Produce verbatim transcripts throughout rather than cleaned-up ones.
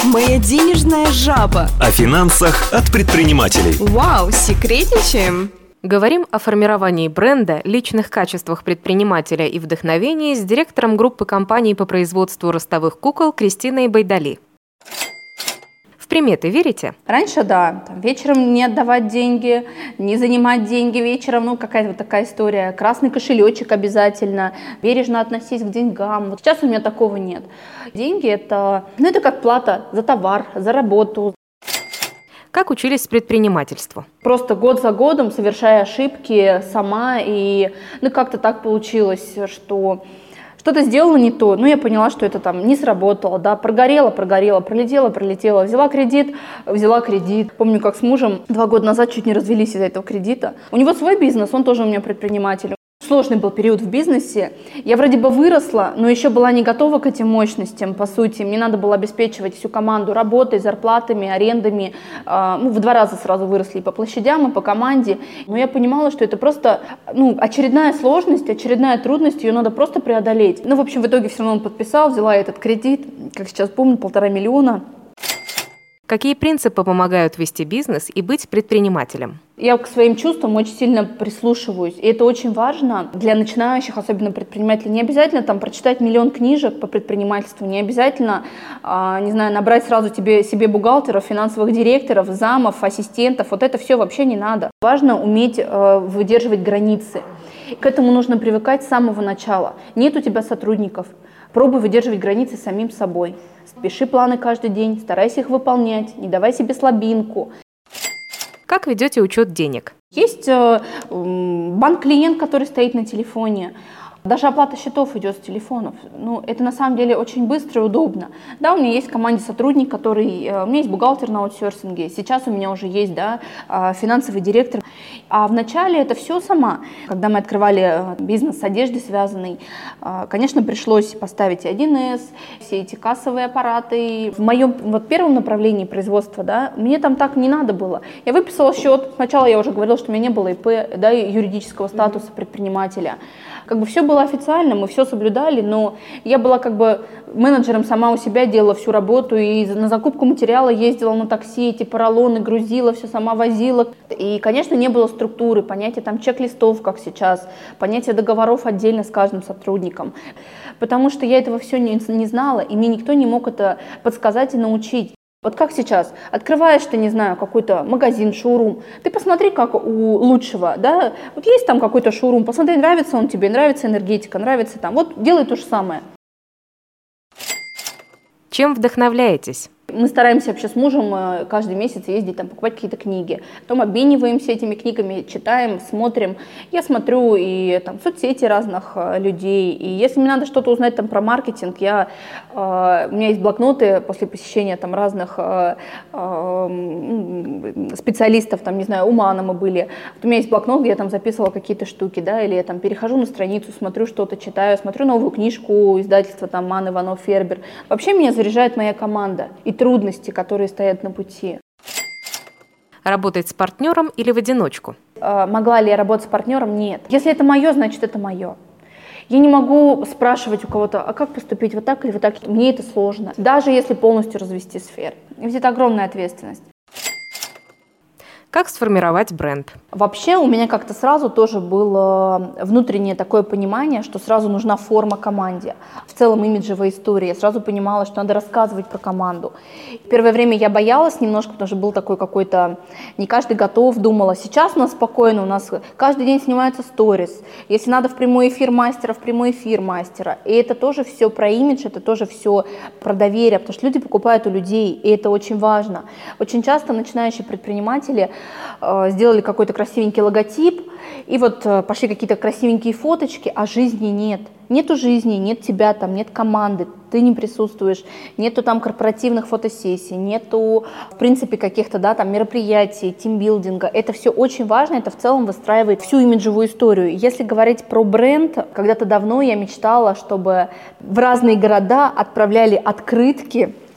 Моя денежная жаба. О финансах от предпринимателей. Вау, секретничаем. Говорим о формировании бренда, личных качествах предпринимателя и вдохновении с директором группы компаний по производству ростовых кукол Кристиной Байдали. В приметы верите? Раньше, да. Там, вечером не отдавать деньги, не занимать деньги вечером. Ну, какая-то вот такая история. Красный кошелечек обязательно. Бережно относись к деньгам. Вот сейчас у меня такого нет. Деньги – это, ну, это как плата за товар, за работу. Как учились предпринимательству? Просто год за годом, совершая ошибки сама. И ну, как-то так получилось, что... Что-то сделала не то, но я поняла, что это там не сработало, да, прогорела, прогорела, пролетела, пролетела, взяла кредит, взяла кредит. Помню, как с мужем два года назад чуть не развелись из-за этого кредита. У него свой бизнес, он тоже у меня предприниматель. Сложный был период в бизнесе. Я вроде бы выросла, но еще была не готова к этим мощностям, по сути. Мне надо было обеспечивать всю команду работой, зарплатами, арендами. Ну, в два раза сразу выросли и по площадям, и по команде. Но я понимала, что это просто ну, очередная сложность, очередная трудность, ее надо просто преодолеть. Ну, в общем, в итоге все равно он подписал, взяла этот кредит, как сейчас помню, полтора миллиона. Какие принципы помогают вести бизнес и быть предпринимателем? Я к своим чувствам очень сильно прислушиваюсь, и это очень важно для начинающих, особенно предпринимателей. Не обязательно там прочитать миллион книжек по предпринимательству, не обязательно, а, не знаю, набрать сразу тебе, себе бухгалтеров, финансовых директоров, замов, ассистентов. Вот это все вообще не надо. Важно уметь э, выдерживать границы. К этому нужно привыкать с самого начала. Нет у тебя сотрудников. Пробуй выдерживать границы самим собой. Пиши планы каждый день, старайся их выполнять, не давай себе слабинку. Как ведете учет денег? Есть э, банк-клиент, который стоит на телефоне. Даже оплата счетов идет с телефонов. Ну, это на самом деле очень быстро и удобно. Да, у меня есть в команде сотрудник, который... У меня есть бухгалтер на аутсорсинге. Сейчас у меня уже есть, да, финансовый директор. А вначале это все сама. Когда мы открывали бизнес с одеждой связанный, конечно, пришлось поставить и один эс, все эти кассовые аппараты. В моем вот, первом направлении производства, да, мне там так не надо было. Я выписала счет. Сначала я уже говорила, что у меня не было ИП, да, юридического статуса предпринимателя. Как бы все было официально, мы все соблюдали, но я была как бы менеджером сама у себя, делала всю работу, и на закупку материала ездила на такси, эти поролоны грузила, все сама возила. И, конечно, не было структуры, понятия там чек-листов, как сейчас, понятия договоров отдельно с каждым сотрудником. Потому что я этого все не, не знала, и мне никто не мог это подсказать и научить. Вот как сейчас, открываешь ты, не знаю, какой-то магазин, шоурум, ты посмотри, как у лучшего, да, вот есть там какой-то шоурум, посмотри, нравится он тебе, нравится энергетика, нравится там, вот делай то же самое. Чем вдохновляетесь? Мы стараемся вообще с мужем каждый месяц ездить, там, покупать какие-то книги. Потом обмениваемся этими книгами, читаем, смотрим. Я смотрю и там, соцсети разных людей. И если мне надо что-то узнать там, про маркетинг, я, э, у меня есть блокноты после посещения там, разных э, э, специалистов, там, не знаю, у Мана мы были. Вот у меня есть блокнот, где я там записывала какие-то штуки, да, или я там перехожу на страницу, смотрю что-то, читаю, смотрю новую книжку издательства там, Ман, Иванов, Фербер. Вообще меня заряжает моя команда и трудности, которые стоят на пути. Работать с партнером или в одиночку? Э, могла ли я работать с партнером? Нет. Если это мое, значит это мое. Я не могу спрашивать у кого-то, а как поступить, вот так или вот так. Мне это сложно. Даже если полностью развести сферу. Ведь это огромная ответственность. Как сформировать бренд? Вообще у меня как-то сразу тоже было внутреннее такое понимание, что сразу нужна форма команде. В целом имиджевая история. Я сразу понимала, что надо рассказывать про команду. Первое время я боялась немножко, потому что был такой какой-то... Не каждый готов, думала, сейчас у нас спокойно, у нас каждый день снимаются сторис. Если надо в прямой эфир мастера, в прямой эфир мастера. И это тоже все про имидж, это тоже все про доверие, потому что люди покупают у людей, и это очень важно. Очень часто начинающие предприниматели сделали какой-то красивенький логотип, и вот пошли какие-то красивенькие фоточки, а жизни нет. Нету жизни, нет тебя там, нет команды, ты не присутствуешь, нету там корпоративных фотосессий, нету, в принципе, каких-то, да, там мероприятий, тимбилдинга. Это все очень важно, это в целом выстраивает всю имиджевую историю. Если говорить про бренд, когда-то давно я мечтала, чтобы в разные города отправляли открытки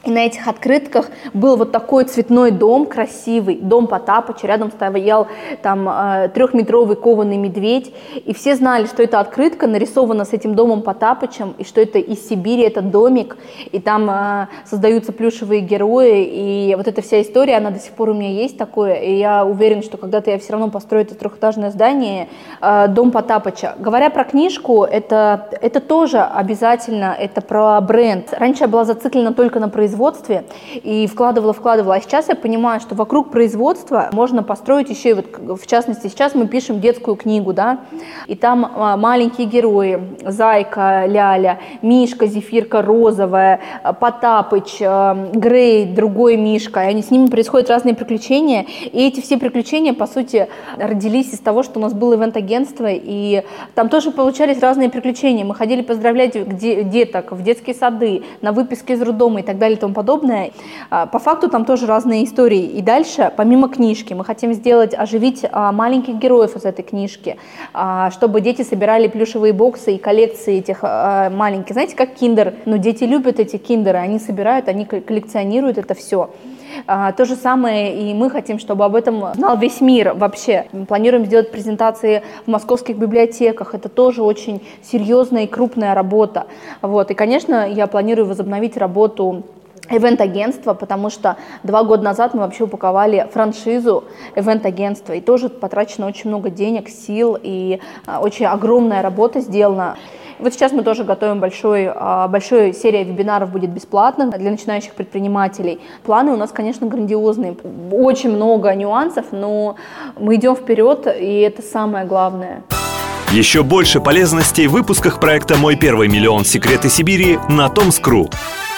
И на этих открытках был вот такой цветной дом, красивый, дом Потапыча. Рядом стоял там э, трехметровый кованый медведь. И все знали, что эта открытка нарисована с этим домом Потапычем, и что это из Сибири, этот домик. И там э, создаются плюшевые герои. И вот эта вся история, она до сих пор у меня есть такое. И я уверена, что когда-то я все равно построю это трехэтажное здание, э, дом Потапыча. Говоря про книжку, это, это тоже обязательно, это про бренд. Раньше я была зациклена только на производстве, и вкладывала, вкладывала. А сейчас я понимаю, что вокруг производства можно построить еще, и вот, в частности, сейчас мы пишем детскую книгу, да, и там а, маленькие герои: Зайка, Ляля, Мишка, Зефирка розовая, Потапыч, а, Грей, другой Мишка, и они, с ними происходят разные приключения, и эти все приключения, по сути, родились из того, что у нас было ивент-агентство, и там тоже получались разные приключения. Мы ходили поздравлять деток в детские сады, на выписки из роддома и так далее и тому подобное. По факту там тоже разные истории. И дальше, помимо книжки, мы хотим сделать, оживить маленьких героев из этой книжки, чтобы дети собирали плюшевые боксы и коллекции этих маленьких. Знаете, как киндер? Но дети любят эти киндеры, они собирают, они коллекционируют это все. То же самое и мы хотим, чтобы об этом знал весь мир вообще. Мы планируем сделать презентации в московских библиотеках. Это тоже очень серьезная и крупная работа. Вот. И, конечно, я планирую возобновить работу ивент-агентства, потому что два года назад мы вообще упаковали франшизу ивент-агентства, и тоже потрачено очень много денег, сил, и очень огромная работа сделана. Вот сейчас мы тоже готовим большой, большой серия вебинаров, будет бесплатных для начинающих предпринимателей. Планы у нас, конечно, грандиозные, очень много нюансов, но мы идем вперед, и это самое главное. Еще больше полезностей в выпусках проекта «Мой первый миллион. Секреты Сибири» на Томск точка ру.